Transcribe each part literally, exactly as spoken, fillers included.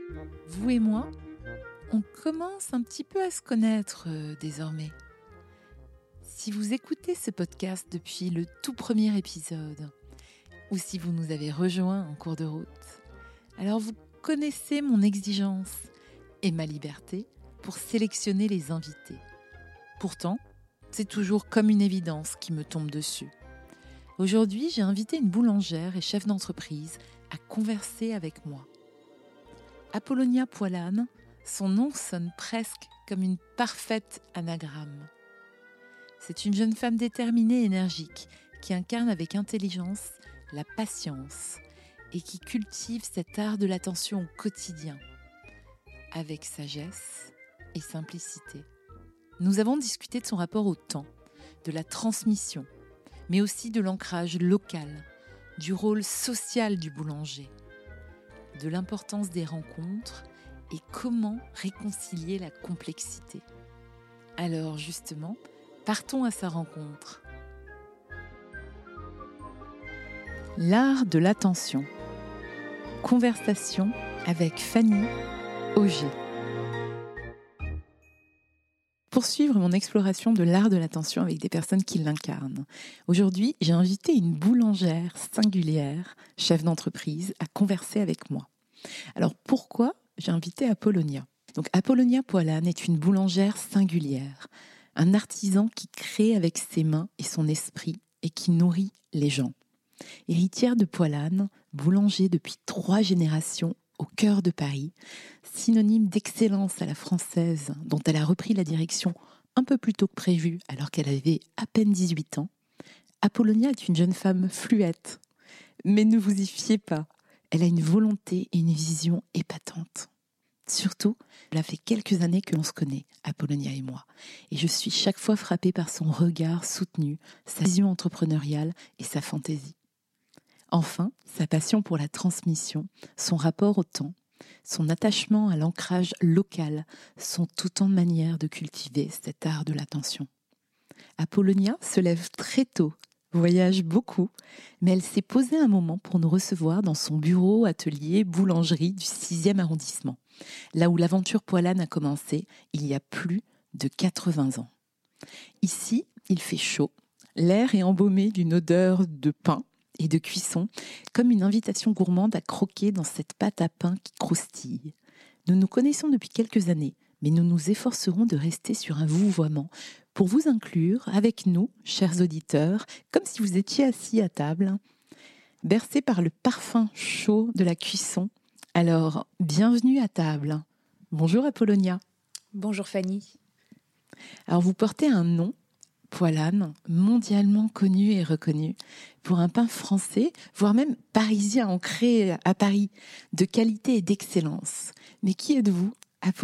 Vous et moi, on commence un petit peu à se connaître euh, désormais. Si vous écoutez ce podcast depuis le tout premier épisode, ou si vous nous avez rejoints en cours de route, alors vous connaissez mon exigence et ma liberté pour sélectionner les invités. Pourtant, c'est toujours comme une évidence qui me tombe dessus. Aujourd'hui, j'ai invité une boulangère et chef d'entreprise à converser avec moi. Apollonia Poilane, son nom sonne presque comme une parfaite anagramme. C'est une jeune femme déterminée et énergique qui incarne avec intelligence la patience et qui cultive cet art de l'attention au quotidien, avec sagesse et simplicité. Nous avons discuté de son rapport au temps, de la transmission, mais aussi de l'ancrage local, du rôle social du boulanger, de l'importance des rencontres et comment réconcilier la complexité. Alors justement, partons à sa rencontre. L'art de l'attention. Conversation avec Fanny Auger. Pour suivre mon exploration de l'art de l'attention avec des personnes qui l'incarnent, aujourd'hui, j'ai invité une boulangère singulière, chef d'entreprise, à converser avec moi. Alors pourquoi j'ai invité Apollonia ? Donc Apollonia Poilane est une boulangère singulière, un artisan qui crée avec ses mains et son esprit et qui nourrit les gens. Héritière de Poilane, boulanger depuis trois générations au cœur de Paris, synonyme d'excellence à la française dont elle a repris la direction un peu plus tôt que prévu alors qu'elle avait à peine dix-huit ans, Apollonia est une jeune femme fluette. Mais ne vous y fiez pas, elle a une volonté et une vision épatantes. Surtout, cela fait quelques années que l'on se connaît, Apollonia et moi, et je suis chaque fois frappée par son regard soutenu, sa vision entrepreneuriale et sa fantaisie. Enfin, sa passion pour la transmission, son rapport au temps, son attachement à l'ancrage local sont autant de manières de cultiver cet art de l'attention. Apollonia se lève très tôt, voyage beaucoup, mais elle s'est posée un moment pour nous recevoir dans son bureau, atelier, boulangerie du sixième arrondissement, là où l'aventure Poilane a commencé il y a plus de quatre-vingts ans. Ici, il fait chaud, l'air est embaumé d'une odeur de pain et de cuisson, comme une invitation gourmande à croquer dans cette pâte à pain qui croustille. Nous nous connaissons depuis quelques années, mais nous nous efforcerons de rester sur un vouvoiement pour vous inclure avec nous, chers auditeurs, comme si vous étiez assis à table, bercés par le parfum chaud de la cuisson. Alors, bienvenue à table. Bonjour Apollonia. Bonjour Fanny. Alors, vous portez un nom, Poilane, mondialement connu et reconnu pour un pain français, voire même parisien ancré à Paris, de qualité et d'excellence. Mais qui êtes-vous, Apollonia ?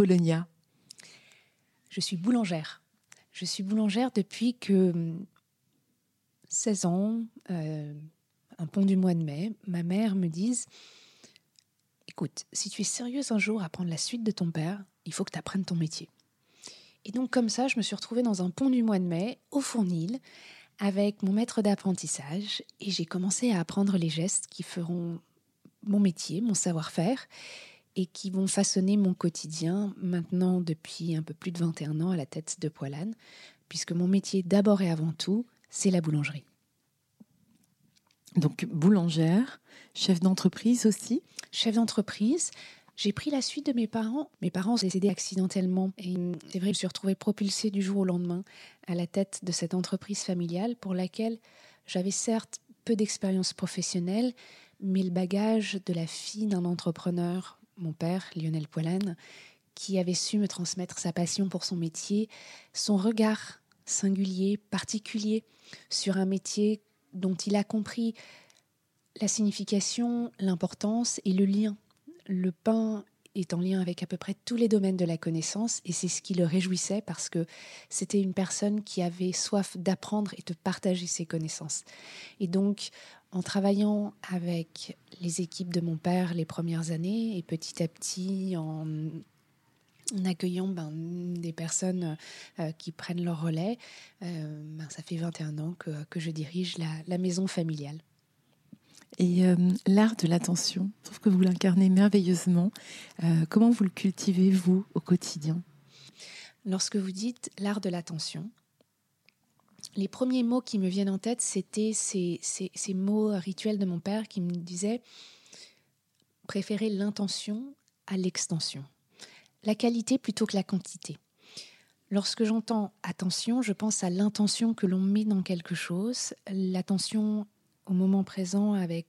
Je suis boulangère. Je suis boulangère depuis que seize ans, euh, un pont du mois de mai, ma mère me dise « Écoute, si tu es sérieuse un jour à prendre la suite de ton père, il faut que tu apprennes ton métier. » Et donc comme ça, je me suis retrouvée dans un pont du mois de mai, au Fournil, avec mon maître d'apprentissage, et j'ai commencé à apprendre les gestes qui feront mon métier, mon savoir-faire, et qui vont façonner mon quotidien maintenant depuis un peu plus de vingt et un ans à la tête de Poilane, puisque mon métier d'abord et avant tout, c'est la boulangerie. Donc boulangère, chef d'entreprise aussi ? Chef d'entreprise. J'ai pris la suite de mes parents. Mes parents sont décédés accidentellement. Et c'est vrai, je me suis retrouvée propulsée du jour au lendemain à la tête de cette entreprise familiale pour laquelle j'avais certes peu d'expérience professionnelle, mais le bagage de la fille d'un entrepreneur, mon père, Lionel Poilane, qui avait su me transmettre sa passion pour son métier, son regard singulier, particulier, sur un métier dont il a compris la signification, l'importance et le lien. Le pain est en lien avec à peu près tous les domaines de la connaissance et c'est ce qui le réjouissait parce que c'était une personne qui avait soif d'apprendre et de partager ses connaissances. Et donc, en travaillant avec les équipes de mon père les premières années et petit à petit en, en accueillant ben, des personnes euh, qui prennent leur relais, euh, ben, ça fait vingt et un ans que, que je dirige la, la maison familiale. Et euh, l'art de l'attention, je trouve que vous l'incarnez merveilleusement. Euh, comment vous le cultivez, vous, au quotidien ? Lorsque vous dites l'art de l'attention, les premiers mots qui me viennent en tête, c'était ces, ces, ces mots rituels de mon père qui me disaient « préférer l'intention à l'extension ». La qualité plutôt que la quantité. Lorsque j'entends attention, je pense à l'intention que l'on met dans quelque chose, l'attention au moment présent avec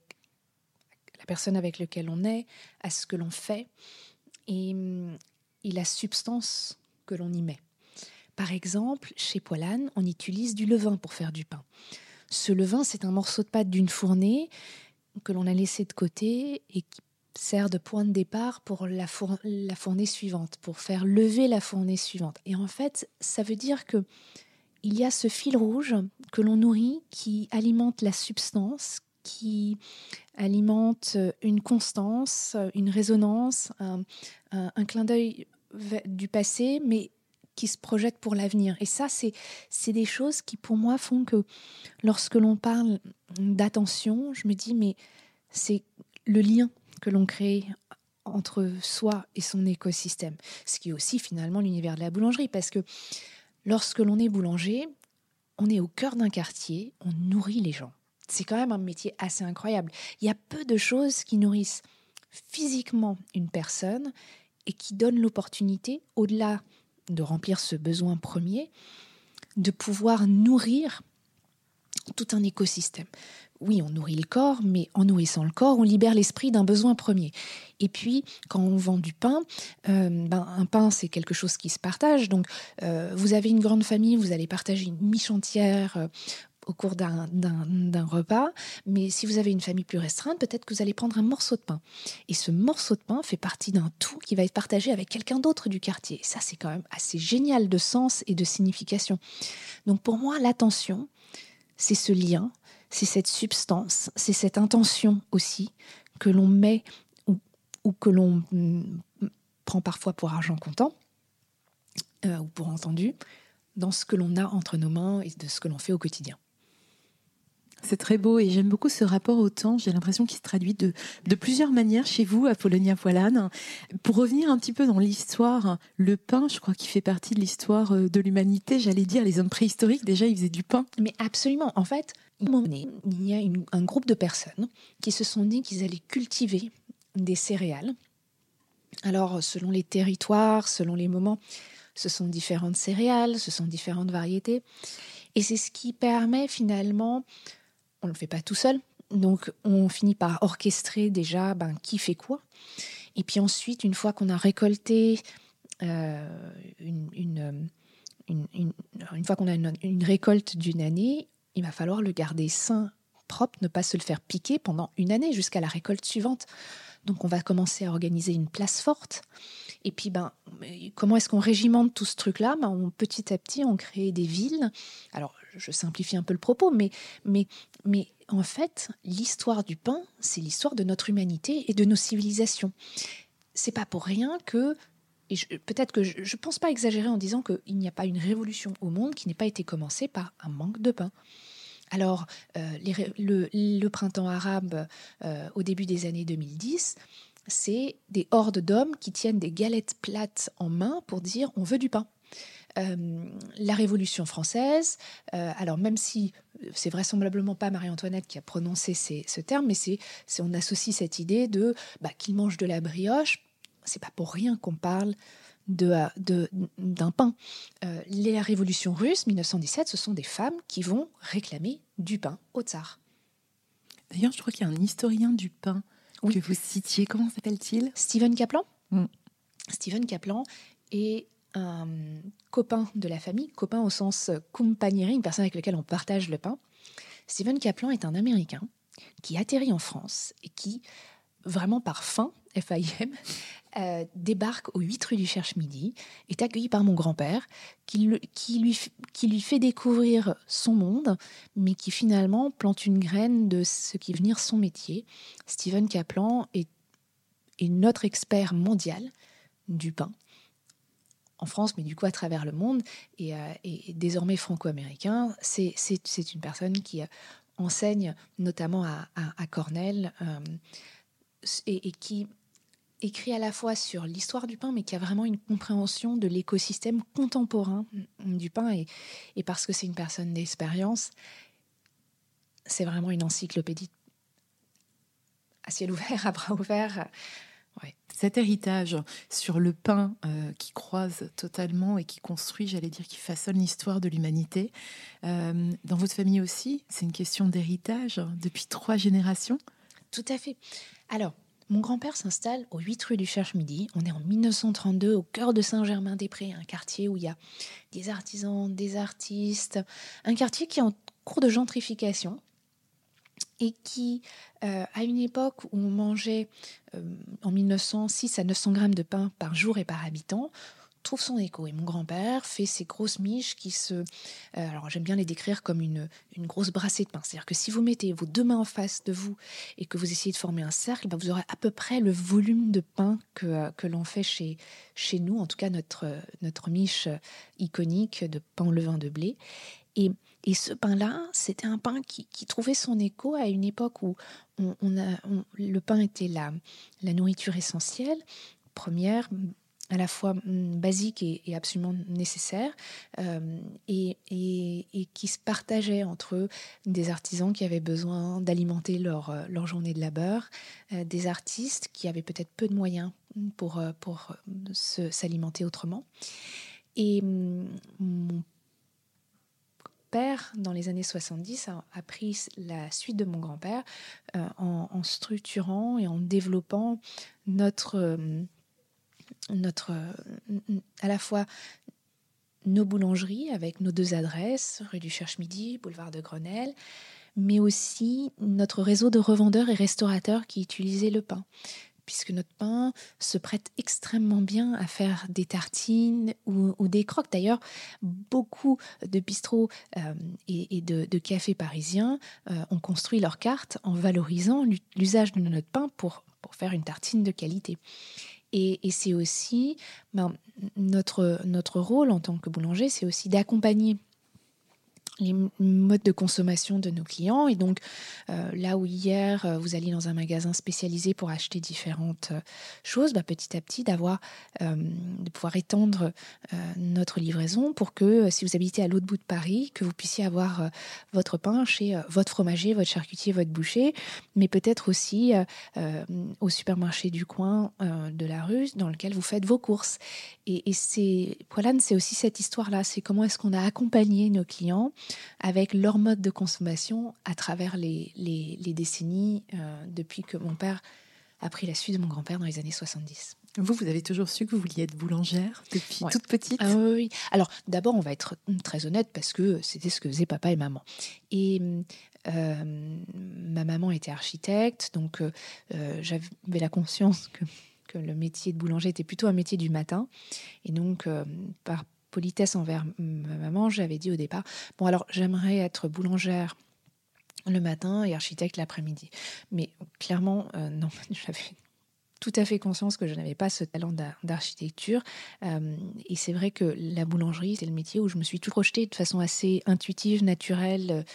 la personne avec laquelle on est, à ce que l'on fait et, et la substance que l'on y met. Par exemple, chez Poilâne, on utilise du levain pour faire du pain. Ce levain, c'est un morceau de pâte d'une fournée que l'on a laissé de côté et qui sert de point de départ pour la, four- la fournée suivante, pour faire lever la fournée suivante. Et en fait, ça veut dire que il y a ce fil rouge que l'on nourrit qui alimente la substance, qui alimente une constance, une résonance, un, un, un clin d'œil du passé, mais qui se projette pour l'avenir. Et ça, c'est, c'est des choses qui, pour moi, font que lorsque l'on parle d'attention, je me dis, mais c'est le lien que l'on crée entre soi et son écosystème. Ce qui est aussi, finalement, l'univers de la boulangerie, parce que lorsque l'on est boulanger, on est au cœur d'un quartier, on nourrit les gens. C'est quand même un métier assez incroyable. Il y a peu de choses qui nourrissent physiquement une personne et qui donnent l'opportunité, au-delà de remplir ce besoin premier, de pouvoir nourrir tout un écosystème. Oui, on nourrit le corps, mais en nourrissant le corps, on libère l'esprit d'un besoin premier. Et puis, quand on vend du pain, euh, ben, un pain, c'est quelque chose qui se partage. Donc, euh, vous avez une grande famille, vous allez partager une miche entière euh, au cours d'un, d'un, d'un repas. Mais si vous avez une famille plus restreinte, peut-être que vous allez prendre un morceau de pain. Et ce morceau de pain fait partie d'un tout qui va être partagé avec quelqu'un d'autre du quartier. Et ça, c'est quand même assez génial de sens et de signification. Donc, pour moi, l'attention, c'est ce lien, c'est cette substance, c'est cette intention aussi que l'on met ou, ou que l'on mm, prend parfois pour argent comptant euh, ou pour entendu dans ce que l'on a entre nos mains et de ce que l'on fait au quotidien. C'est très beau et j'aime beaucoup ce rapport au temps. J'ai l'impression qu'il se traduit de, de plusieurs manières chez vous, Apollonia Poilâne. Pour revenir un petit peu dans l'histoire, le pain, je crois qu'il fait partie de l'histoire de l'humanité. J'allais dire, les hommes préhistoriques, déjà, ils faisaient du pain. Mais absolument. En fait, à un moment donné, il y a une, un groupe de personnes qui se sont dit qu'ils allaient cultiver des céréales. Alors, selon les territoires, selon les moments, ce sont différentes céréales, ce sont différentes variétés. Et c'est ce qui permet finalement... On ne le fait pas tout seul, donc on finit par orchestrer déjà ben, qui fait quoi. Et puis ensuite, une fois qu'on a récolté, euh, une, une, une, une, une fois qu'on a une, une récolte d'une année, il va falloir le garder sain, propre, ne pas se le faire piquer pendant une année jusqu'à la récolte suivante. Donc on va commencer à organiser une place forte. Et puis, ben, comment est-ce qu'on régimente tout ce truc-là ? Ben, on, petit à petit, on crée des villes. Alors, je simplifie un peu le propos, mais, mais, mais en fait, l'histoire du pain, c'est l'histoire de notre humanité et de nos civilisations. C'est pas pour rien que, et je, peut-être que je ne pense pas exagérer en disant qu'il n'y a pas une révolution au monde qui n'ait pas été commencée par un manque de pain. Alors, euh, les, le, le printemps arabe, euh, au début des années deux mille dix, c'est des hordes d'hommes qui tiennent des galettes plates en main pour dire « on veut du pain ». Euh, la Révolution française, euh, alors même si c'est vraisemblablement pas Marie-Antoinette qui a prononcé ces, ce terme, mais c'est, c'est, on associe cette idée de bah, qu'ils mangent de la brioche, c'est pas pour rien qu'on parle de, de, d'un pain. Euh, la Révolution russe, dix-neuf cent dix-sept, ce sont des femmes qui vont réclamer du pain au tsar. D'ailleurs, je crois qu'il y a un historien du pain oui. que vous citiez. Comment s'appelle-t-il ? Stephen Kaplan. Mm. Stephen Kaplan est un copain de la famille, copain au sens compagneri, une personne avec laquelle on partage le pain. Stephen Kaplan est un Américain qui atterrit en France et qui, vraiment par faim, F A I M, euh, débarque aux huit rue du Cherche-Midi, est accueilli par mon grand-père, qui, le, qui, lui, qui lui fait découvrir son monde, mais qui finalement plante une graine de ce qui va devenir son métier. Stephen Kaplan est, est notre expert mondial du pain, en France, mais du coup à travers le monde, et, euh, et désormais franco-américain. C'est, c'est, c'est une personne qui, enseigne notamment à, à, à Cornell euh, et, et qui écrit à la fois sur l'histoire du pain, mais qui a vraiment une compréhension de l'écosystème contemporain du pain. Et, et parce que c'est une personne d'expérience, c'est vraiment une encyclopédie à ciel ouvert, à bras ouverts. Ouais. Cet héritage sur le pain euh, qui croise totalement et qui construit, j'allais dire, qui façonne l'histoire de l'humanité. Euh, dans votre famille aussi, c'est une question d'héritage depuis trois générations ? Tout à fait. Alors, mon grand-père s'installe aux huit rue du Cherche-Midi. On est en mille neuf cent trente-deux, au cœur de Saint-Germain-des-Prés, un quartier où il y a des artisans, des artistes, un quartier qui est en cours de gentrification et qui, euh, à une époque où on mangeait euh, en mille neuf cents six à neuf cents grammes de pain par jour et par habitant, trouve son écho. Et mon grand-père fait ces grosses miches qui se... Euh, alors j'aime bien les décrire comme une, une grosse brassée de pain. C'est-à-dire que si vous mettez vos deux mains en face de vous et que vous essayez de former un cercle, ben vous aurez à peu près le volume de pain que, euh, que l'on fait chez, chez nous, en tout cas notre, notre miche iconique de pain au levain de blé. Et, et ce pain-là, c'était un pain qui, qui trouvait son écho à une époque où on, on a, on, le pain était la, la nourriture essentielle, première, à la fois basique et, et absolument nécessaire, euh, et, et, et qui se partageait entre des artisans qui avaient besoin d'alimenter leur, leur journée de labeur, euh, des artistes qui avaient peut-être peu de moyens pour, pour se, s'alimenter autrement. Et mon père, dans les années soixante-dix, a, a pris la suite de mon grand-père euh, en, en structurant et en développant notre... Euh, notre, à la fois nos boulangeries avec nos deux adresses, rue du Cherche-Midi, boulevard de Grenelle, mais aussi notre réseau de revendeurs et restaurateurs qui utilisaient le pain, puisque notre pain se prête extrêmement bien à faire des tartines ou, ou des croques. D'ailleurs, beaucoup de bistrots euh, et, et de, de cafés parisiens euh, ont construit leur carte en valorisant l'usage de notre pain pour, pour faire une tartine de qualité. Et, et c'est aussi, ben, notre, notre rôle en tant que boulanger, c'est aussi d'accompagner les modes de consommation de nos clients. Et donc, euh, là où hier, euh, vous alliez dans un magasin spécialisé pour acheter différentes euh, choses, bah, petit à petit, d'avoir, euh, de pouvoir étendre euh, notre livraison pour que, euh, si vous habitez à l'autre bout de Paris, que vous puissiez avoir euh, votre pain chez euh, votre fromager, votre charcutier, votre boucher, mais peut-être aussi euh, euh, au supermarché du coin euh, de la rue dans lequel vous faites vos courses. Et, et c'est, Poilâne, c'est aussi cette histoire-là. C'est comment est-ce qu'on a accompagné nos clients avec leur mode de consommation à travers les, les, les décennies euh, depuis que mon père a pris la suite de mon grand-père dans les années soixante-dix. Vous, vous avez toujours su que vous vouliez être boulangère depuis ouais. toute petite ? Ah, oui, oui. Alors, d'abord, on va être très honnête parce que c'était ce que faisaient papa et maman. Et euh, ma maman était architecte, donc euh, j'avais la conscience que, que le métier de boulanger était plutôt un métier du matin. Et donc, euh, par politesse envers ma maman, j'avais dit au départ, bon alors j'aimerais être boulangère le matin et architecte l'après-midi. Mais clairement, euh, non, j'avais tout à fait conscience que je n'avais pas ce talent d'architecture. Euh, et c'est vrai que la boulangerie, c'est le métier où je me suis toujours projetée de façon assez intuitive, naturelle, euh,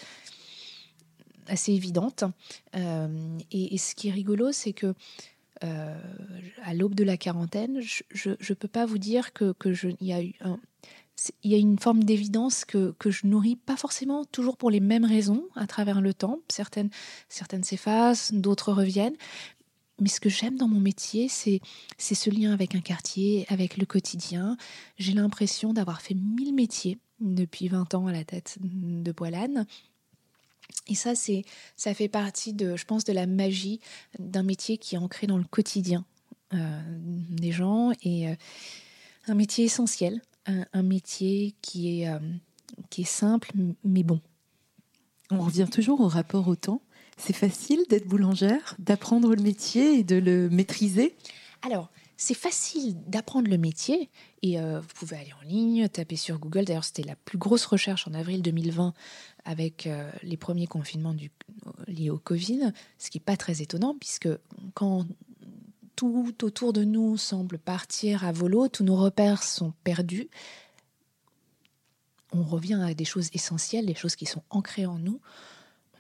assez évidente. Euh, et, et ce qui est rigolo, c'est que euh, à l'aube de la quarantaine, je ne peux pas vous dire que, que je, y a eu un... Il y a une forme d'évidence que, que je nourris pas forcément toujours pour les mêmes raisons à travers le temps. Certaines, certaines s'effacent, d'autres reviennent. Mais ce que j'aime dans mon métier, c'est, c'est ce lien avec un quartier, avec le quotidien. J'ai l'impression d'avoir fait mille métiers depuis vingt ans à la tête de Poilâne. Et ça, c'est, ça fait partie, de, je pense, de la magie d'un métier qui est ancré dans le quotidien euh, des gens et euh, un métier essentiel. Un, un métier qui est, euh, qui est simple, mais bon. On revient toujours au rapport au temps. C'est facile d'être boulangère, d'apprendre le métier et de le maîtriser ? Alors, c'est facile d'apprendre le métier et euh, vous pouvez aller en ligne, taper sur Google. D'ailleurs, c'était la plus grosse recherche en avril deux mille vingt avec euh, les premiers confinements du, liés au Covid, ce qui n'est pas très étonnant puisque quand tout autour de nous semble partir à volo, tous nos repères sont perdus. On revient à des choses essentielles, des choses qui sont ancrées en nous. On n'a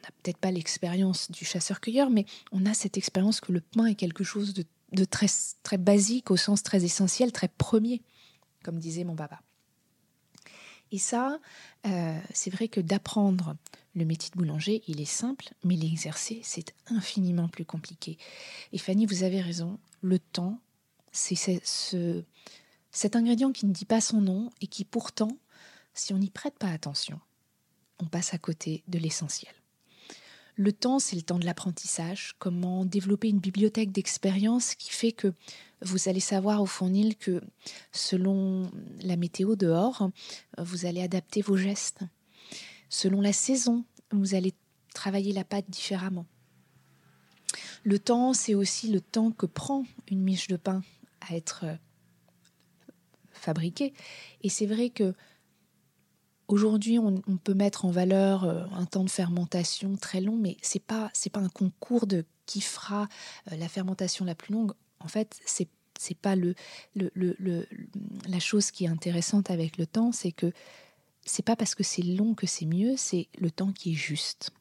n'a peut-être pas l'expérience du chasseur-cueilleur, mais on a cette expérience que le pain est quelque chose de, de très, très basique, au sens très essentiel, très premier, comme disait mon papa. Et ça, euh, c'est vrai que d'apprendre le métier de boulanger, il est simple, mais l'exercer, c'est infiniment plus compliqué. Et Fanny, vous avez raison, le temps, c'est ce, ce, cet ingrédient qui ne dit pas son nom et qui pourtant, si on n'y prête pas attention, on passe à côté de l'essentiel. Le temps, c'est le temps de l'apprentissage, comment développer une bibliothèque d'expériences qui fait que vous allez savoir au fournil que selon la météo dehors, vous allez adapter vos gestes. Selon la saison, vous allez travailler la pâte différemment. Le temps, c'est aussi le temps que prend une miche de pain à être fabriquée. Et c'est vrai que aujourd'hui, on, on peut mettre en valeur euh, un temps de fermentation très long, mais c'est pas c'est pas un concours de qui fera euh, la fermentation la plus longue. En fait, c'est c'est pas le, le, le, le la chose qui est intéressante avec le temps, c'est que c'est pas parce que c'est long que c'est mieux, c'est le temps qui est juste.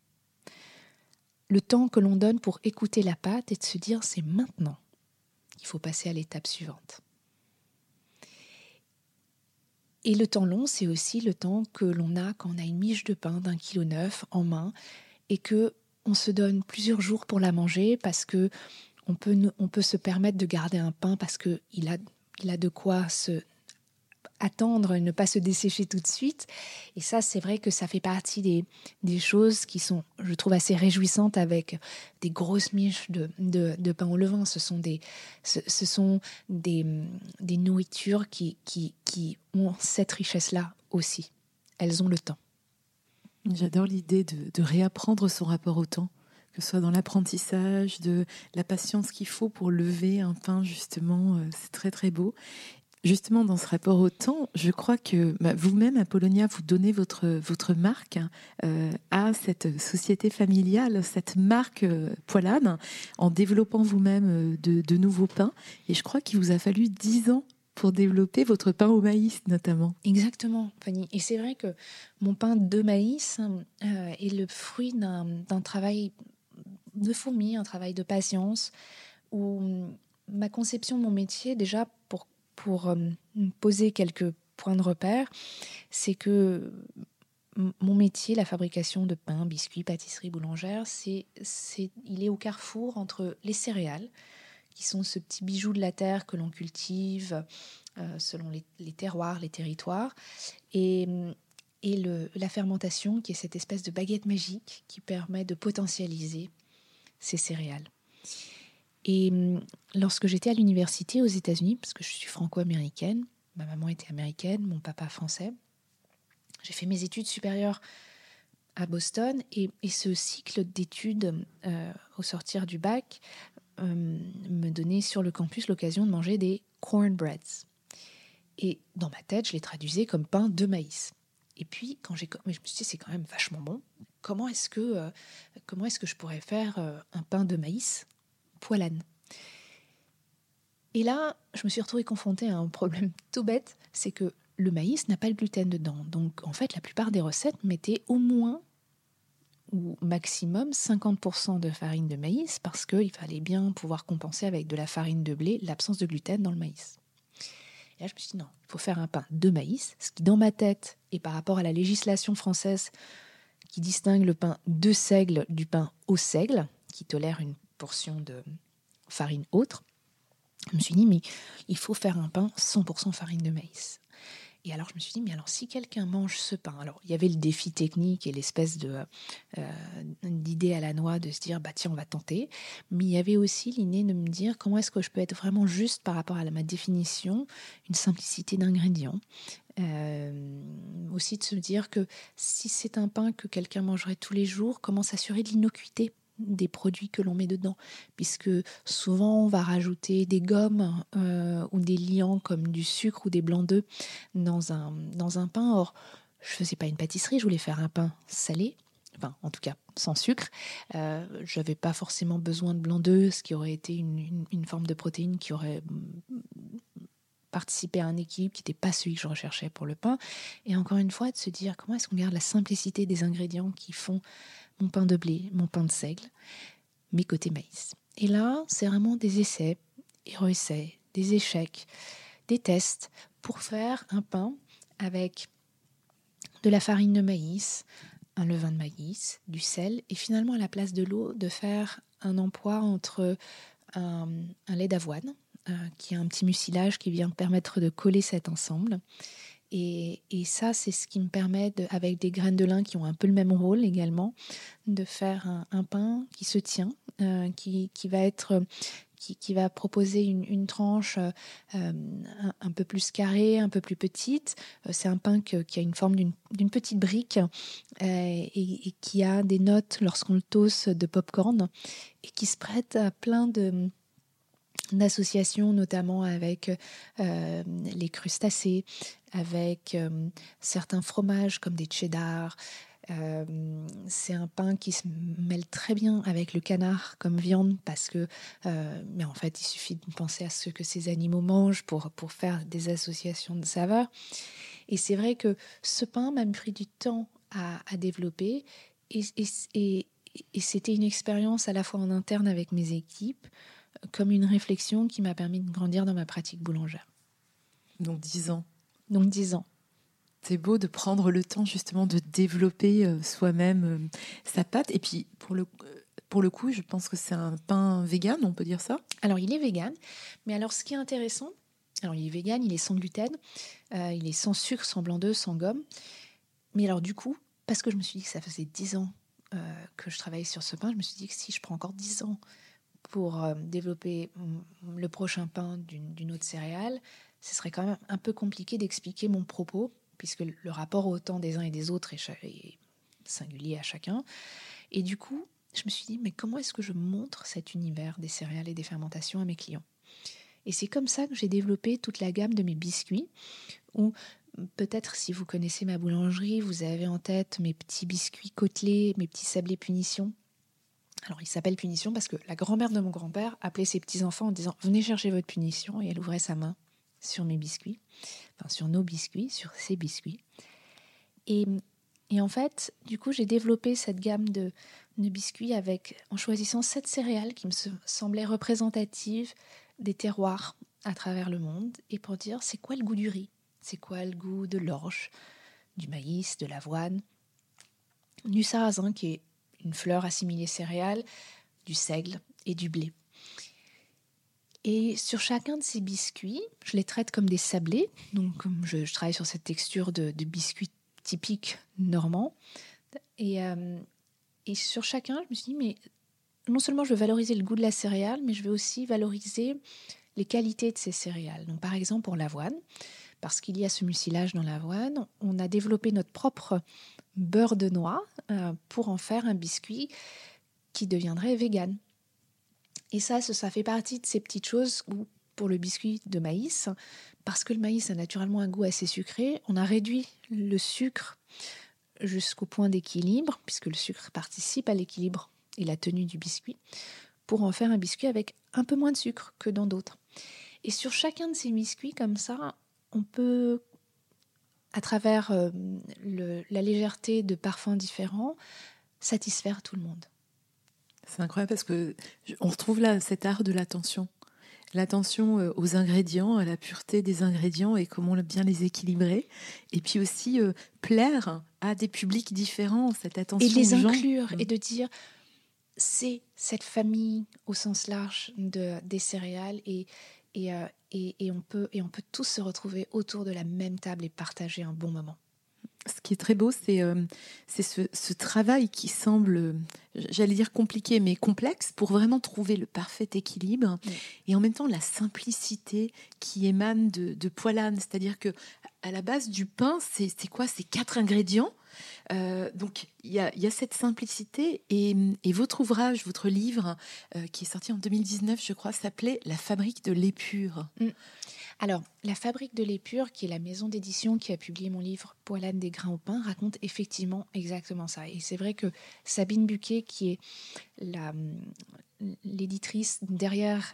Le temps que l'on donne pour écouter la pâte et de se dire c'est maintenant qu'il faut passer à l'étape suivante. Et le temps long, c'est aussi le temps que l'on a quand on a une miche de pain d'un kilo neuf en main et que on se donne plusieurs jours pour la manger parce que on peut, on peut se permettre de garder un pain parce qu'il a, il a de quoi se attendre et ne pas se dessécher tout de suite. Et ça, c'est vrai que ça fait partie des, des choses qui sont, je trouve, assez réjouissantes avec des grosses miches de, de, de pain au levain. Ce sont des, ce, ce sont des, des nourritures qui, qui, qui ont cette richesse-là aussi. Elles ont le temps. J'adore l'idée de, de réapprendre son rapport au temps, que ce soit dans l'apprentissage, de la patience qu'il faut pour lever un pain, justement. C'est très, très beau. Justement, dans ce rapport au temps, je crois que bah, vous-même, Apollonia, vous donnez votre, votre marque euh, à cette société familiale, cette marque euh, Poilâne, en développant vous-même de, de nouveaux pains. Et je crois qu'il vous a fallu dix ans pour développer votre pain au maïs, notamment. Exactement, Fanny. Et c'est vrai que mon pain de maïs euh, est le fruit d'un, d'un travail de fourmi, un travail de patience, où ma conception de mon métier, déjà, pour pour euh, poser quelques points de repère, c'est que mon métier, la fabrication de pain, biscuits, pâtisserie, boulangère, c'est, c'est, il est au carrefour entre les céréales, qui sont ce petit bijou de la terre que l'on cultive euh, selon les, les terroirs, les territoires, et, et le, la fermentation, qui est cette espèce de baguette magique qui permet de potentialiser ces céréales. Et lorsque j'étais à l'université aux États-Unis, parce que je suis franco-américaine, ma maman était américaine, mon papa français, j'ai fait mes études supérieures à Boston et, et ce cycle d'études euh, au sortir du bac euh, me donnait sur le campus l'occasion de manger des cornbreads. Et dans ma tête, je les traduisais comme pain de maïs. Et puis, quand j'ai, mais je me suis dit, c'est quand même vachement bon. Comment est-ce que, euh, comment est-ce que je pourrais faire euh, un pain de maïs Poilâne. Et là, je me suis retrouvée confrontée à un problème tout bête, c'est que le maïs n'a pas le gluten dedans. Donc, en fait, la plupart des recettes mettaient au moins ou maximum cinquante pour cent de farine de maïs parce qu'il fallait bien pouvoir compenser avec de la farine de blé l'absence de gluten dans le maïs. Et là, je me suis dit non, il faut faire un pain de maïs, ce qui dans ma tête et par rapport à la législation française qui distingue le pain de seigle du pain au seigle, qui tolère une portion de farine autre, je me suis dit, mais il faut faire un pain cent pour cent farine de maïs. Et alors, je me suis dit, mais alors, si quelqu'un mange ce pain, alors, il y avait le défi technique et l'espèce de, euh, d'idée à la noix de se dire, bah tiens, on va tenter. Mais il y avait aussi l'idée de me dire, comment est-ce que je peux être vraiment juste par rapport à ma définition, une simplicité d'ingrédients. Euh, aussi de se dire que si c'est un pain que quelqu'un mangerait tous les jours, comment s'assurer de l'innocuité des produits que l'on met dedans, puisque souvent on va rajouter des gommes euh, ou des liants comme du sucre ou des blancs d'œufs dans un, dans un pain. Or, je faisais pas une pâtisserie, je voulais faire un pain salé, enfin en tout cas sans sucre. Euh, j'avais pas forcément besoin de blanc d'œufs, ce qui aurait été une, une, une forme de protéine qui aurait participer à un équilibre qui n'était pas celui que je recherchais pour le pain. Et encore une fois, de se dire comment est-ce qu'on garde la simplicité des ingrédients qui font mon pain de blé, mon pain de seigle, mes côtés maïs. Et là, c'est vraiment des essais et re-essais, des échecs, des tests pour faire un pain avec de la farine de maïs, un levain de maïs, du sel, et finalement à la place de l'eau, de faire un emploi entre un, un lait d'avoine, euh, qui a un petit mucilage qui vient permettre de coller cet ensemble. Et, et ça, c'est ce qui me permet, de, avec des graines de lin qui ont un peu le même rôle également, de faire un, un pain qui se tient, euh, qui, qui va être... Qui, qui va proposer une, une tranche euh, un, un peu plus carrée, un peu plus petite. Euh, c'est un pain que, qui a une forme d'une, d'une petite brique euh, et, et qui a des notes, lorsqu'on le toast, de pop-corn et qui se prête à plein de, d'associations, notamment avec euh, les crustacés, avec euh, certains fromages comme des cheddar. Euh, c'est un pain qui se mêle très bien avec le canard comme viande parce que, euh, mais en fait, il suffit de penser à ce que ces animaux mangent pour, pour faire des associations de saveurs. Et c'est vrai que ce pain m'a pris du temps à, à développer et, et, et, et c'était une expérience à la fois en interne avec mes équipes, comme une réflexion qui m'a permis de grandir dans ma pratique boulangère. Donc dix ans. Donc dix ans. C'est beau de prendre le temps justement de développer euh, soi-même euh, sa pâte. Et puis pour le, pour le coup, je pense que c'est un pain vegan, on peut dire ça? Alors il est vegan, mais alors ce qui est intéressant, alors il est vegan, il est sans gluten, euh, il est sans sucre, sans blanc d'œuf, sans gomme. Mais alors du coup, parce que je me suis dit que ça faisait dix ans euh, que je travaillais sur ce pain, je me suis dit que si je prends encore dix ans pour euh, développer m- le prochain pain d'une, d'une autre céréale, ce serait quand même un peu compliqué d'expliquer mon propos, puisque le rapport au temps des uns et des autres est, cha- est singulier à chacun. Et du coup, je me suis dit, mais comment est-ce que je montre cet univers des céréales et des fermentations à mes clients? Et c'est comme ça que j'ai développé toute la gamme de mes biscuits, où peut-être si vous connaissez ma boulangerie, vous avez en tête mes petits biscuits côtelés, mes petits sablés punition. Alors, ils s'appellent punition parce que la grand-mère de mon grand-père appelait ses petits-enfants en disant « Venez chercher votre punition » et elle ouvrait sa main sur mes biscuits, enfin sur nos biscuits, sur ses biscuits. Et, et en fait, du coup, j'ai développé cette gamme de, de biscuits avec, en choisissant sept céréales qui me semblaient représentatives des terroirs à travers le monde et pour dire c'est quoi le goût du riz, c'est quoi le goût de l'orge, du maïs, de l'avoine, du sarrasin qui est une fleur assimilée céréales, du seigle et du blé. Et sur chacun de ces biscuits, je les traite comme des sablés. Donc, comme je, je travaille sur cette texture de, de biscuit typique normand. Et, euh, et sur chacun, je me suis dit, mais non seulement je veux valoriser le goût de la céréale, mais je veux aussi valoriser les qualités de ces céréales. Donc, par exemple, pour l'avoine, parce qu'il y a ce mucilage dans l'avoine, on a développé notre propre beurre de noix euh, pour en faire un biscuit qui deviendrait vegan. Et ça, ça fait partie de ces petites choses où, pour le biscuit de maïs, parce que le maïs a naturellement un goût assez sucré, on a réduit le sucre jusqu'au point d'équilibre, puisque le sucre participe à l'équilibre et la tenue du biscuit, pour en faire un biscuit avec un peu moins de sucre que dans d'autres. Et sur chacun de ces biscuits, comme ça, on peut, à travers euh, le, la légèreté de parfums différents, satisfaire tout le monde. C'est incroyable parce que on retrouve là cet art de l'attention. L'attention aux ingrédients, à la pureté des ingrédients et comment bien les équilibrer. Et puis aussi euh, plaire à des publics différents, cette attention et de les aux gens. inclure et de dire c'est cette famille au sens large de, des céréales et, et, euh, et, et, on peut, et on peut tous se retrouver autour de la même table et partager un bon moment. Ce qui est très beau, c'est, euh, c'est ce, ce travail qui semble, j'allais dire compliqué, mais complexe, pour vraiment trouver le parfait équilibre. Oui. Et en même temps, la simplicité qui émane de, de Poilâne. C'est-à-dire que à la base du pain, c'est, c'est quoi? C'est quatre ingrédients. Euh, donc, il y a, y a cette simplicité. Et, et votre ouvrage, votre livre, euh, qui est sorti en deux mille dix-neuf, je crois, s'appelait « La fabrique de lait pur ». Mm. Alors, La Fabrique de lait pur, qui est la maison d'édition qui a publié mon livre Poilâne des grains au pain, raconte effectivement exactement ça. Et c'est vrai que Sabine Buquet, qui est la, l'éditrice derrière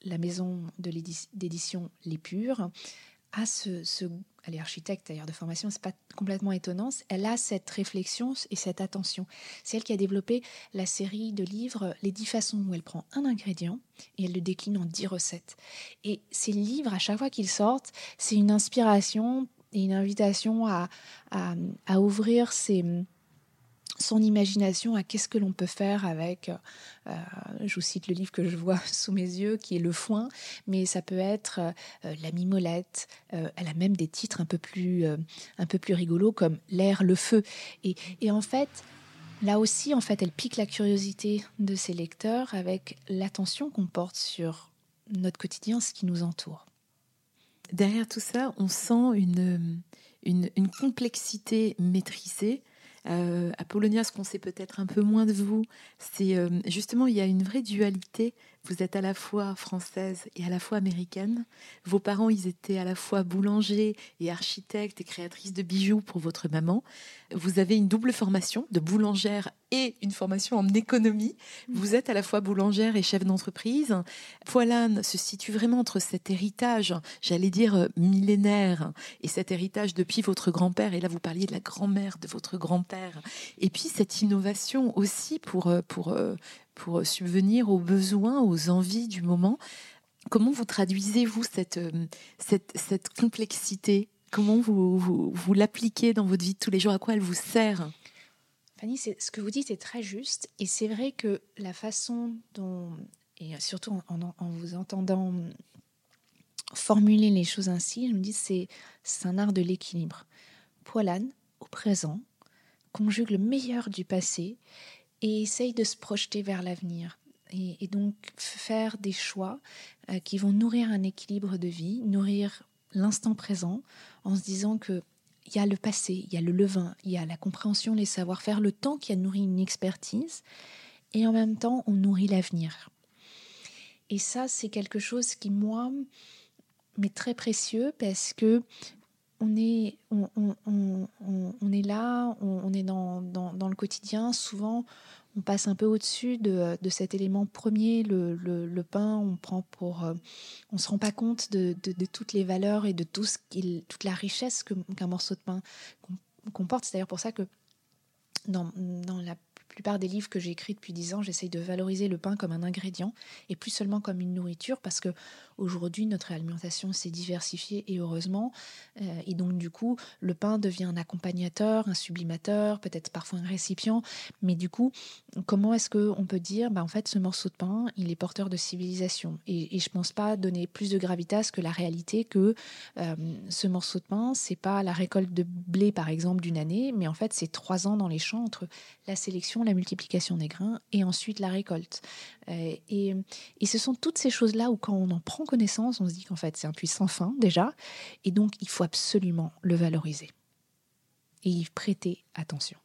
la maison de l'édi- d'édition L'Épure, a ce, ce, elle est architecte d'ailleurs de formation, c'est pas complètement étonnant, elle a cette réflexion et cette attention. C'est elle qui a développé la série de livres Les dix façons, où elle prend un ingrédient et elle le décline en dix recettes. Et ces livres, à chaque fois qu'ils sortent, c'est une inspiration et une invitation à, à, à ouvrir ses... son imagination à qu'est-ce que l'on peut faire avec, euh, je vous cite le livre que je vois sous mes yeux, qui est Le Foin, mais ça peut être euh, La Mimolette, euh, elle a même des titres un peu plus, euh, un peu plus rigolos comme L'air, le feu. Et, et en fait, là aussi, en fait, elle pique la curiosité de ses lecteurs avec l'attention qu'on porte sur notre quotidien, ce qui nous entoure. Derrière tout ça, on sent une, une, une complexité maîtrisée. Euh, Apollonia, ce qu'on sait peut-être un peu moins de vous, c'est euh, justement, il y a une vraie dualité. Vous êtes à la fois française et à la fois américaine. Vos parents, ils étaient à la fois boulangers et architectes et créatrices de bijoux pour votre maman. Vous avez une double formation de boulangère et une formation en économie. Vous êtes à la fois boulangère et chef d'entreprise. Poilâne se situe vraiment entre cet héritage, j'allais dire millénaire, et cet héritage depuis votre grand-père. Et là, vous parliez de la grand-mère de votre grand-père. Et puis cette innovation aussi pour, pour, pour subvenir aux besoins, aux envies du moment. Comment vous traduisez-vous cette, cette, cette complexité ? Comment vous, vous, vous l'appliquez dans votre vie de tous les jours ? À quoi elle vous sert ? Fanny, c'est, ce que vous dites est très juste. Et c'est vrai que la façon dont, et surtout en, en, en vous entendant formuler les choses ainsi, je me dis que c'est, c'est un art de l'équilibre. Poilâne, au présent, conjugue le meilleur du passé et essaye de se projeter vers l'avenir. Et, et donc faire des choix euh, qui vont nourrir un équilibre de vie, nourrir l'instant présent, en se disant que il y a le passé, il y a le levain, il y a la compréhension, les savoir-faire, le temps qui a nourri une expertise, et en même temps, on nourrit l'avenir. Et ça, c'est quelque chose qui, moi, m'est très précieux parce que on est, on, on, on, on est là, on, on est dans, dans, dans le quotidien. Souvent, on passe un peu au-dessus de, de cet élément premier, le, le, le pain. On prend pour, euh, on se rend pas compte de, de, de toutes les valeurs et de tout ce qu'il, toute la richesse que, qu'un morceau de pain comporte. C'est d'ailleurs pour ça que dans, dans la plupart des livres que j'ai écrits depuis dix ans, j'essaye de valoriser le pain comme un ingrédient et plus seulement comme une nourriture, parce que aujourd'hui notre alimentation s'est diversifiée et heureusement, euh, et donc du coup le pain devient un accompagnateur, un sublimateur, peut-être parfois un récipient, mais du coup comment est-ce qu'on peut dire bah, en fait ce morceau de pain il est porteur de civilisation, et, et je pense pas donner plus de gravitas que la réalité que euh, ce morceau de pain c'est pas la récolte de blé par exemple d'une année, mais en fait c'est trois ans dans les champs entre la sélection, la multiplication des grains et ensuite la récolte. Euh, et, et ce sont toutes ces choses-là où quand on en prend connaissance, on se dit qu'en fait c'est un puits sans fin déjà, et donc il faut absolument le valoriser et y prêter attention.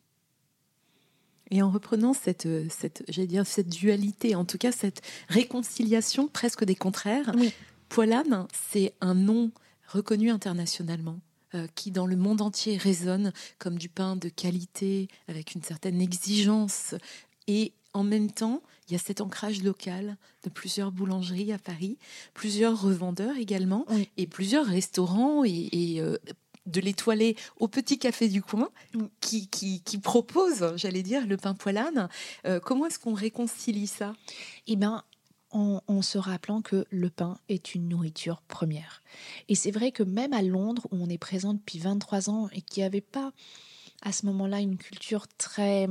Et en reprenant cette, cette, j'allais dire, cette dualité, en tout cas cette réconciliation presque des contraires, oui. Poilâne, c'est un nom reconnu internationalement, euh, qui dans le monde entier résonne comme du pain de qualité, avec une certaine exigence. Et en même temps, il y a cet ancrage local de plusieurs boulangeries à Paris, plusieurs revendeurs également, Oui. et plusieurs restaurants et, et euh, de l'étoilé au petit café du coin qui, qui, qui propose, j'allais dire, le pain Poilâne. Euh, comment est-ce qu'on réconcilie ça ? Eh bien, en, en se rappelant que le pain est une nourriture première. Et c'est vrai que même à Londres, où on est présent depuis vingt-trois ans et qui n'avait pas à ce moment-là une culture très...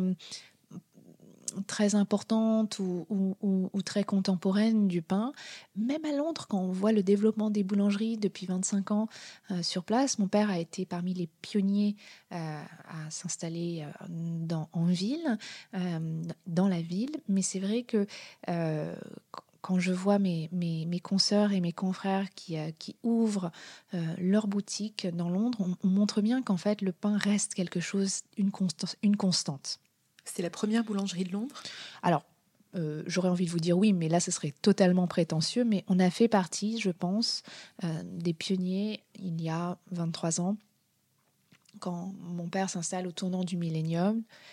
très importante ou, ou, ou, ou très contemporaine du pain. Même à Londres, quand on voit le développement des boulangeries depuis vingt-cinq ans euh, sur place, mon père a été parmi les pionniers euh, à s'installer euh, dans, en ville, euh, dans la ville. Mais c'est vrai que euh, quand je vois mes, mes, mes consoeurs et mes confrères qui, euh, qui ouvrent euh, leur boutique dans Londres, on, on montre bien qu'en fait le pain reste quelque chose, une, consta- une constante. C'est la première boulangerie de Londres ? Alors, euh, j'aurais envie de vous dire oui, mais là, ce serait totalement prétentieux. Mais on a fait partie, je pense, euh, des pionniers il y a vingt-trois ans, quand mon père s'installe au tournant du millénium.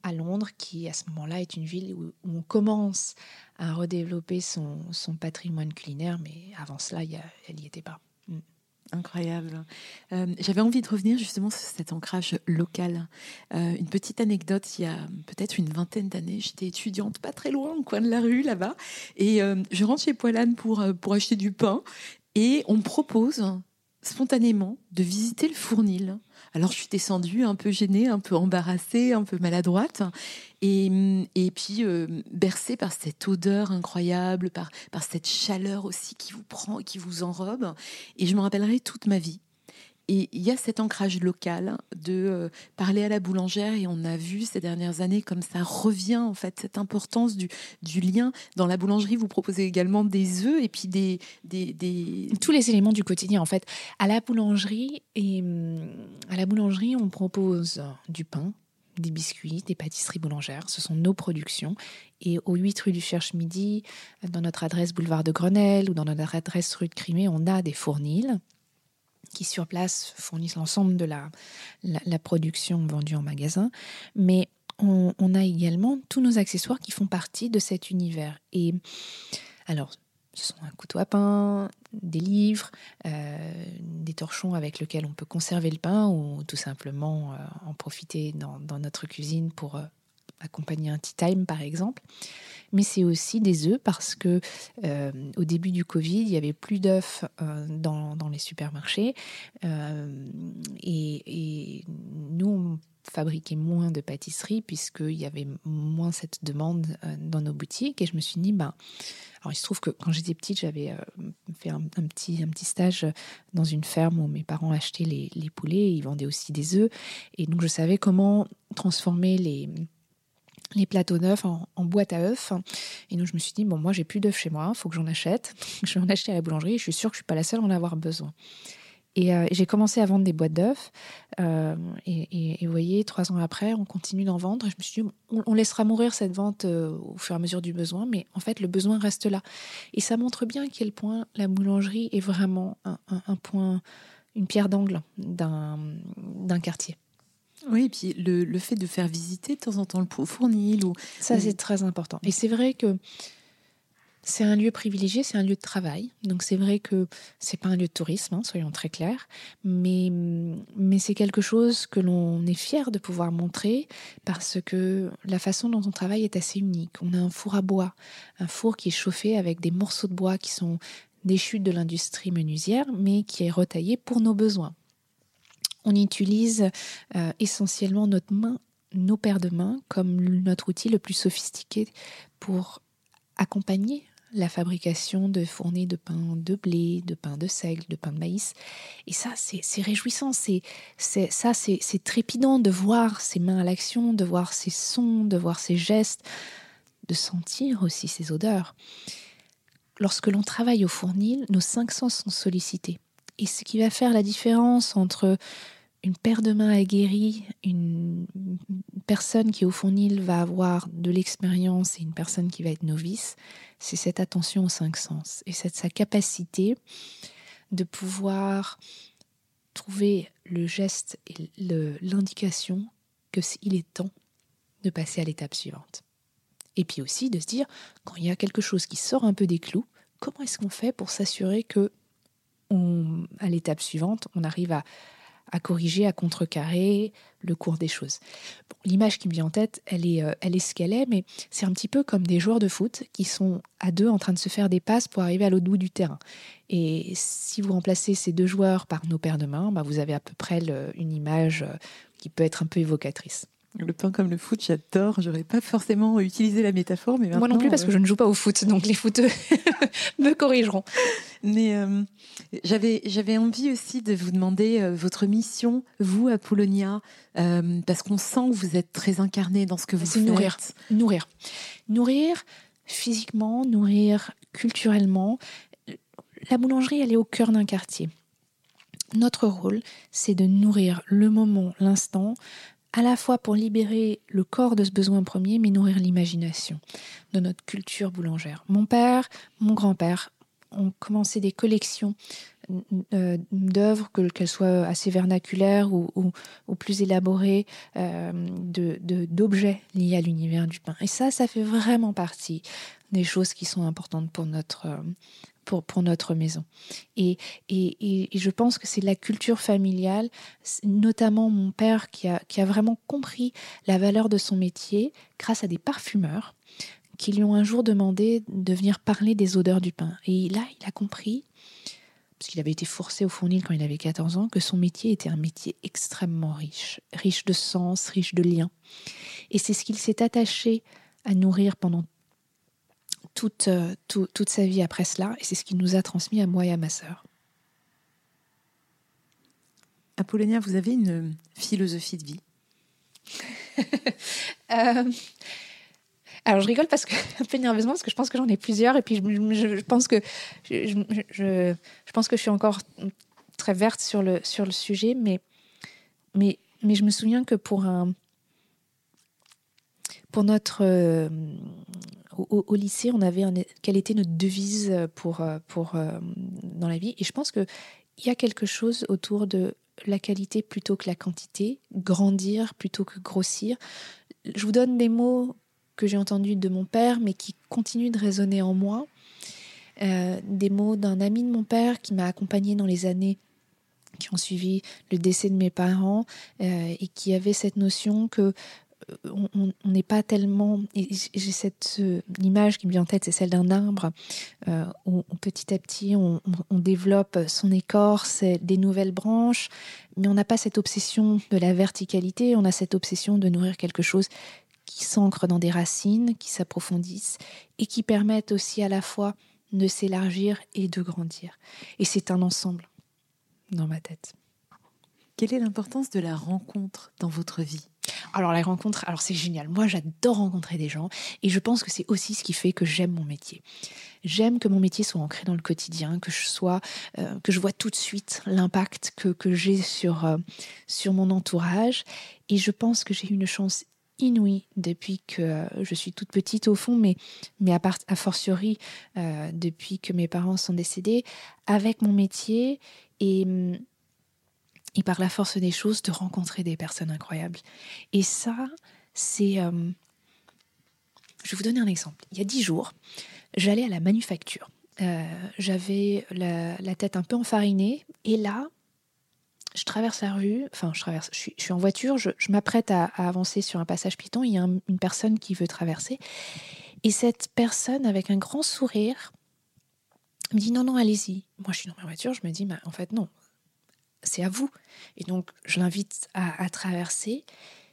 à Londres, qui à ce moment-là est une ville où, où on commence à redévelopper son, son patrimoine culinaire, mais avant cela, y a, elle n'y était pas. Mm. Incroyable. Euh, j'avais envie de revenir justement sur cet ancrage local. Euh, une petite anecdote, il y a peut-être une vingtaine d'années, j'étais étudiante pas très loin, au coin de la rue là-bas, et euh, je rentre chez Poilane pour, pour acheter du pain, et on me propose spontanément de visiter le Fournil. Alors je suis descendue un peu gênée, un peu embarrassée, un peu maladroite, et, et puis euh, bercée par cette odeur incroyable, par, par cette chaleur aussi qui vous prend, qui vous enrobe, et je me rappellerai toute ma vie. Et il y a cet ancrage local de euh, parler à la boulangère, et on a vu ces dernières années comme ça revient en fait cette importance du, du lien. Dans la boulangerie, vous proposez également des œufs et puis des, des, des... tous les éléments du quotidien en fait. À la boulangerie et à la boulangerie, on propose du pain, des biscuits, des pâtisseries boulangères. Ce sont nos productions. Et au huit rue du Cherche-Midi, dans notre adresse boulevard de Grenelle ou dans notre adresse rue de Crimée, on a des fournils qui sur place fournissent l'ensemble de la, la, la production vendue en magasin. Mais on, on a également tous nos accessoires qui font partie de cet univers. Et alors, ce sont un couteau à pain, des livres, euh, des torchons avec lesquels on peut conserver le pain ou tout simplement euh, en profiter dans, dans notre cuisine pour euh, accompagner un tea time par exemple. Mais c'est aussi des œufs parce que euh, au début du Covid, il y avait plus d'œufs euh, dans, dans les supermarchés euh, et, et nous on fabriquait moins de pâtisseries puisqu'il y avait moins cette demande euh, dans nos boutiques. Et je me suis dit, ben, alors il se trouve que quand j'étais petite, j'avais euh, fait un, un, petit, un petit stage dans une ferme où mes parents achetaient les, les poulets, et ils vendaient aussi des œufs. Et donc je savais comment transformer les... les plateaux neufs en, en boîte à œufs. Et donc je me suis dit, bon, moi j'ai plus d'œufs chez moi, il faut que j'en achète. Je vais en acheter à la boulangerie et je suis sûre que je ne suis pas la seule à en avoir besoin. Et, euh, et j'ai commencé à vendre des boîtes d'œufs. Euh, et, et, et vous voyez, trois ans après, on continue d'en vendre. Et je me suis dit, on, on laissera mourir cette vente euh, au fur et à mesure du besoin. Mais en fait, le besoin reste là. Et ça montre bien à quel point la boulangerie est vraiment un, un, un point, une pierre d'angle d'un, d'un quartier. Oui, et puis le, le fait de faire visiter de temps en temps le Fournil. Ou... Ça, c'est très important. Et c'est vrai que c'est un lieu privilégié, c'est un lieu de travail. Donc c'est vrai que c'est pas un lieu de tourisme, hein, soyons très clairs, mais, mais c'est quelque chose que l'on est fier de pouvoir montrer parce que la façon dont on travaille est assez unique. On a un four à bois, un four qui est chauffé avec des morceaux de bois qui sont des chutes de l'industrie menuisière, mais qui est retaillé pour nos besoins. On utilise euh, essentiellement notre main, nos paires de mains, comme notre outil le plus sophistiqué pour accompagner la fabrication de fournées de pain de blé, de pain de seigle, de pain de maïs. Et ça, c'est, c'est réjouissant, c'est, c'est, ça, c'est, c'est trépidant de voir ces mains à l'action, de voir ces sons, de voir ces gestes, de sentir aussi ces odeurs. Lorsque l'on travaille au fournil, nos cinq sens sont sollicités. Et ce qui va faire la différence entre une paire de mains aguerrie, une personne qui au fournil va avoir de l'expérience et une personne qui va être novice, c'est cette attention aux cinq sens et cette sa capacité de pouvoir trouver le geste et le, l'indication que il est temps de passer à l'étape suivante. Et puis aussi de se dire, quand il y a quelque chose qui sort un peu des clous, comment est-ce qu'on fait pour s'assurer que on, à l'étape suivante, on arrive à à corriger, à contrecarrer le cours des choses. Bon, l'image qui me vient en tête, elle est, euh, elle est ce qu'elle est, mais c'est un petit peu comme des joueurs de foot qui sont à deux en train de se faire des passes pour arriver à l'autre bout du terrain. Et si vous remplacez ces deux joueurs par nos paires de mains, bah vous avez à peu près le, une image qui peut être un peu évocatrice. Le pain comme le foot, j'adore. J'aurais pas forcément utilisé la métaphore, mais maintenant, moi non plus parce euh... que je ne joue pas au foot, donc les footeux me corrigeront. Mais euh, j'avais j'avais envie aussi de vous demander euh, votre mission, vous à Polonia, euh, parce qu'on sent que vous êtes très incarné dans ce que vous c'est faites. Nourrir, nourrir, nourrir physiquement, nourrir culturellement. La boulangerie, elle est au cœur d'un quartier. Notre rôle, c'est de nourrir le moment, l'instant, à la fois pour libérer le corps de ce besoin premier, mais nourrir l'imagination de notre culture boulangère. Mon père, mon grand-père ont commencé des collections euh, d'œuvres, que, qu'elles soient assez vernaculaires ou, ou, ou plus élaborées, euh, de, de, d'objets liés à l'univers du pain. Et ça, ça fait vraiment partie des choses qui sont importantes pour notre, euh, pour, pour notre maison. Et, et, et, et je pense que c'est la culture familiale, notamment mon père qui a, qui a vraiment compris la valeur de son métier grâce à des parfumeurs qui lui ont un jour demandé de venir parler des odeurs du pain. Et là, il a compris, parce qu'il avait été forcé au Fournil quand il avait quatorze ans, que son métier était un métier extrêmement riche, riche de sens, riche de liens. Et c'est ce qu'il s'est attaché à nourrir pendant toute, euh, tout, toute sa vie après cela, et c'est ce qu'il nous a transmis à moi et à ma sœur. Apollonia, vous avez une philosophie de vie? euh... Alors je rigole parce que un peu nerveusement parce que je pense que j'en ai plusieurs et puis je, je, je pense que je, je, je, je pense que je suis encore très verte sur le sur le sujet, mais mais mais je me souviens que pour un pour notre euh, au, au lycée on avait un, quelle était notre devise pour pour euh, dans la vie, et je pense que il y a quelque chose autour de la qualité plutôt que la quantité, grandir plutôt que grossir. Je vous donne des mots que j'ai entendus de mon père, mais qui continuent de résonner en moi. Euh, des mots d'un ami de mon père qui m'a accompagnée dans les années qui ont suivi le décès de mes parents, euh, et qui avait cette notion que euh, on n'est pas tellement... Et j'ai cette euh, l'image qui me vient en tête, c'est celle d'un arbre euh, où, où petit à petit on, on, on développe son écorce, des nouvelles branches, mais on n'a pas cette obsession de la verticalité, on a cette obsession de nourrir quelque chose qui s'ancrent dans des racines, qui s'approfondissent et qui permettent aussi à la fois de s'élargir et de grandir. Et c'est un ensemble dans ma tête. Quelle est l'importance de la rencontre dans votre vie ? Alors la rencontre, alors c'est génial. Moi, j'adore rencontrer des gens et je pense que c'est aussi ce qui fait que j'aime mon métier. J'aime que mon métier soit ancré dans le quotidien, que je sois, euh, que je vois tout de suite l'impact que, que j'ai sur, euh, sur mon entourage. Et je pense que j'ai eu une chance inouïe depuis que euh, je suis toute petite au fond, mais, mais à, part, à fortiori euh, depuis que mes parents sont décédés, avec mon métier et, et par la force des choses de rencontrer des personnes incroyables. Et ça, c'est... Euh, je vais vous donner un exemple. Il y a dix jours, j'allais à la manufacture. Euh, j'avais la, la tête un peu enfarinée et là, je traverse la rue, enfin je traverse, je suis, je suis en voiture, je, je m'apprête à, à avancer sur un passage piéton, il y a un, une personne qui veut traverser et cette personne avec un grand sourire me dit non, non, allez-y. Moi je suis dans ma voiture, je me dis bah, en fait non, c'est à vous. Et donc je l'invite à, à traverser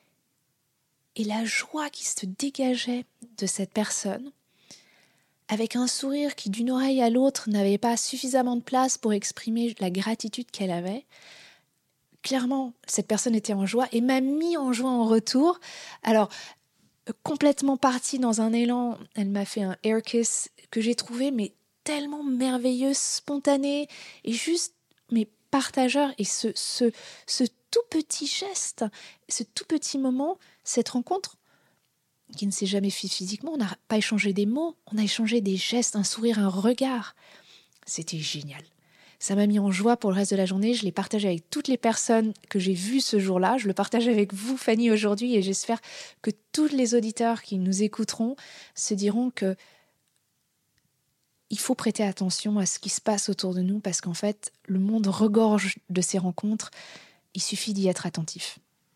et la joie qui se dégageait de cette personne, avec un sourire qui d'une oreille à l'autre n'avait pas suffisamment de place pour exprimer la gratitude qu'elle avait. Clairement, cette personne était en joie et m'a mis en joie en retour. Alors, complètement partie dans un élan, elle m'a fait un air kiss que j'ai trouvé mais tellement merveilleux, spontané et juste mais partageur. Et ce, ce, ce tout petit geste, ce tout petit moment, cette rencontre qui ne s'est jamais fait physiquement, on n'a pas échangé des mots, on a échangé des gestes, un sourire, un regard. C'était génial. Ça m'a mis en joie pour le reste de la journée. Je l'ai partagé avec toutes les personnes que j'ai vues ce jour-là. Je le partage avec vous, Fanny, aujourd'hui. Et j'espère que tous les auditeurs qui nous écouteront se diront que il faut prêter attention à ce qui se passe autour de nous parce qu'en fait, le monde regorge de ces rencontres. Il suffit d'y être attentif.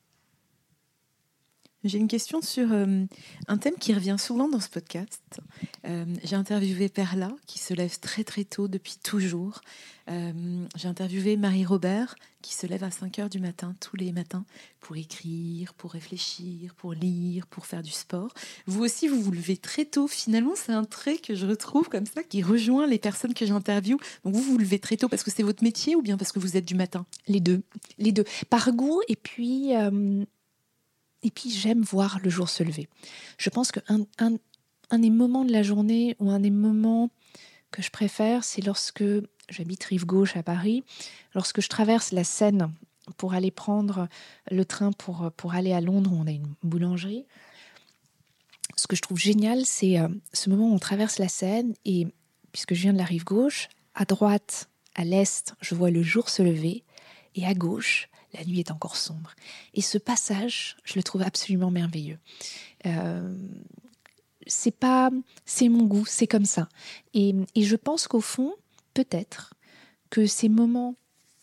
J'ai une question sur euh, un thème qui revient souvent dans ce podcast. Euh, j'ai interviewé Perla, qui se lève très très tôt depuis toujours. Euh, j'ai interviewé Marie-Robert, qui se lève à cinq heures du matin, tous les matins, pour écrire, pour réfléchir, pour lire, pour faire du sport. Vous aussi, vous vous levez très tôt. Finalement, c'est un trait que je retrouve comme ça, qui rejoint les personnes que j'interviewe. Donc vous, vous vous levez très tôt parce que c'est votre métier ou bien parce que vous êtes du matin ? Les deux. Les deux. Par goût et puis... Euh... Et puis, j'aime voir le jour se lever. Je pense qu'un un, un des moments de la journée ou un des moments que je préfère, c'est lorsque j'habite rive gauche à Paris, lorsque je traverse la Seine pour aller prendre le train pour, pour aller à Londres où on a une boulangerie. Ce que je trouve génial, c'est euh, ce moment où on traverse la Seine et puisque je viens de la rive gauche. À droite, à l'est, je vois le jour se lever. Et à gauche, la nuit est encore sombre. Et ce passage, je le trouve absolument merveilleux. Euh, c'est pas, c'est mon goût, c'est comme ça. Et, et je pense qu'au fond, peut-être que ces moments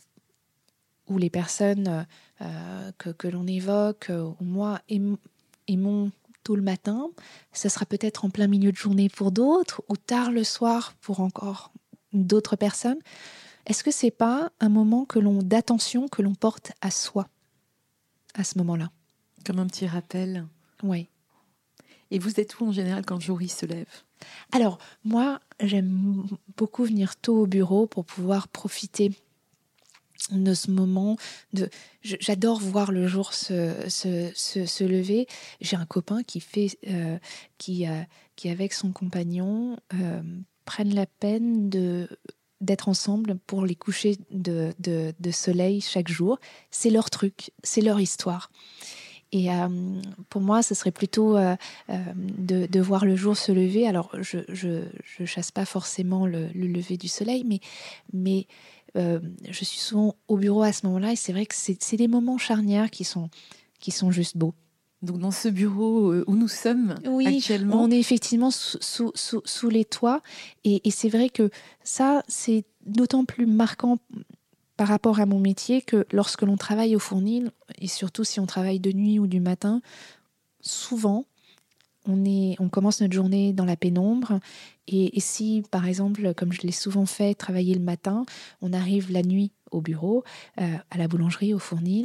où les personnes euh, que, que l'on évoque, euh, ou moi, aim, aimons tôt le matin, ça sera peut-être en plein milieu de journée pour d'autres, ou tard le soir pour encore d'autres personnes. Est-ce que c'est pas un moment que l'on, d'attention que l'on porte à soi, à ce moment-là? Comme un petit rappel. Oui. Et vous êtes où en général quand le jour il se lève? Alors, moi, j'aime beaucoup venir tôt au bureau pour pouvoir profiter de ce moment. De... J'adore voir le jour se, se, se, se lever. J'ai un copain qui, fait, euh, qui, euh, qui avec son compagnon, euh, prennent la peine de... d'être ensemble pour les couchers de, de, de soleil chaque jour. C'est leur truc, c'est leur histoire. Et euh, pour moi, ce serait plutôt euh, euh, de, de voir le jour se lever. Alors, je je, je chasse pas forcément le, le lever du soleil, mais, mais euh, je suis souvent au bureau à ce moment-là. Et c'est vrai que c'est, c'est des moments charnières qui sont, qui sont juste beaux. Donc dans ce bureau où nous sommes oui, actuellement, on est effectivement sous, sous, sous, sous les toits. Et, et c'est vrai que ça, c'est d'autant plus marquant par rapport à mon métier que lorsque l'on travaille au fournil, et surtout si on travaille de nuit ou du matin, souvent, on, est, on commence notre journée dans la pénombre. Et, et si, par exemple, comme je l'ai souvent fait, travailler le matin, on arrive la nuit au bureau, euh, à la boulangerie, au fournil,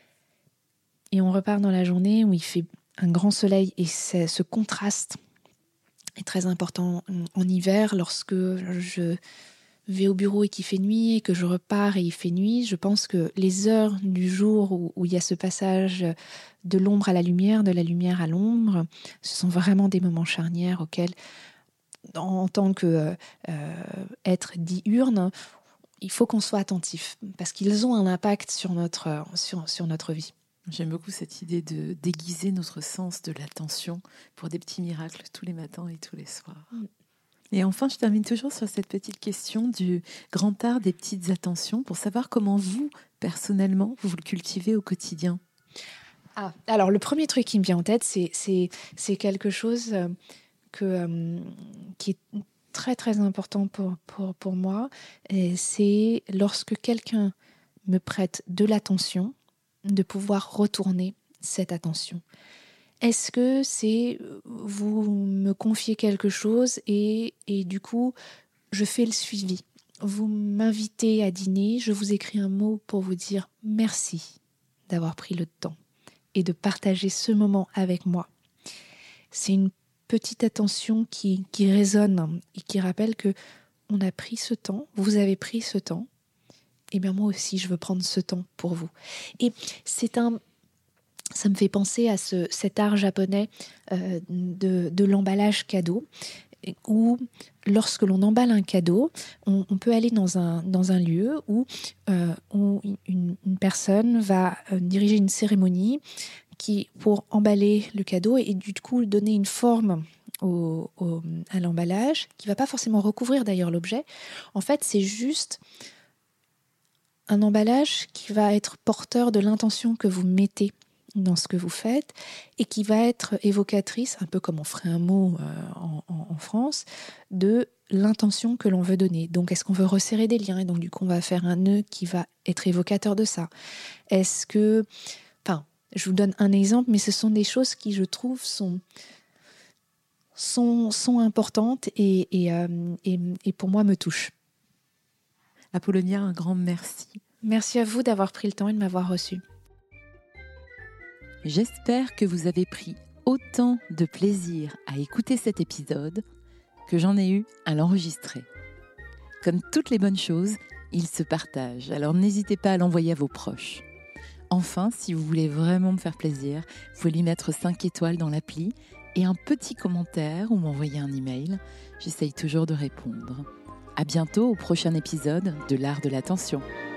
et on repart dans la journée où il fait un grand soleil. Et ce contraste est très important en, en hiver, lorsque je vais au bureau et qu'il fait nuit, et que je repars et il fait nuit. Je pense que les heures du jour où, où il y a ce passage de l'ombre à la lumière, de la lumière à l'ombre, ce sont vraiment des moments charnières auxquels, en tant que euh, être diurne, il faut qu'on soit attentif, parce qu'ils ont un impact sur notre, sur, sur notre vie. J'aime beaucoup cette idée de déguiser notre sens de l'attention pour des petits miracles tous les matins et tous les soirs. Mm. Et enfin, je termine toujours sur cette petite question du grand art des petites attentions pour savoir comment vous, personnellement, vous le cultivez au quotidien. Ah, alors, le premier truc qui me vient en tête, c'est, c'est, c'est quelque chose que, euh, qui est très, très important pour, pour, pour moi. Et c'est lorsque quelqu'un me prête de l'attention, de pouvoir retourner cette attention. Est-ce que c'est vous me confiez quelque chose et, et du coup, je fais le suivi. Vous m'invitez à dîner, je vous écris un mot pour vous dire merci d'avoir pris le temps et de partager ce moment avec moi. C'est une petite attention qui, qui résonne et qui rappelle que on a pris ce temps, vous avez pris ce temps, et bien moi aussi je veux prendre ce temps pour vous. Et c'est un... Ça me fait penser à ce, cet art japonais euh, de, de l'emballage cadeau, où lorsque l'on emballe un cadeau, on, on peut aller dans un, dans un lieu où, euh, où une, une personne va euh, diriger une cérémonie qui, pour emballer le cadeau et du coup donner une forme au, au, à l'emballage, qui ne va pas forcément recouvrir d'ailleurs l'objet. En fait, c'est juste un emballage qui va être porteur de l'intention que vous mettez dans ce que vous faites et qui va être évocatrice, un peu comme on ferait un mot euh, en, en, en France, de l'intention que l'on veut donner. Donc, est-ce qu'on veut resserrer des liens et donc du coup, on va faire un nœud qui va être évocateur de ça? Est-ce que... Enfin, je vous donne un exemple, mais ce sont des choses qui, je trouve, sont, sont, sont importantes et, et, euh, et, et pour moi, me touchent. Apollonia, un grand merci. Merci à vous d'avoir pris le temps et de m'avoir reçu. J'espère que vous avez pris autant de plaisir à écouter cet épisode que j'en ai eu à l'enregistrer. Comme toutes les bonnes choses, il se partage, alors n'hésitez pas à l'envoyer à vos proches. Enfin, si vous voulez vraiment me faire plaisir, vous pouvez lui mettre cinq étoiles dans l'appli et un petit commentaire ou m'envoyer un email. J'essaye toujours de répondre. À bientôt au prochain épisode de l'Art de l'attention.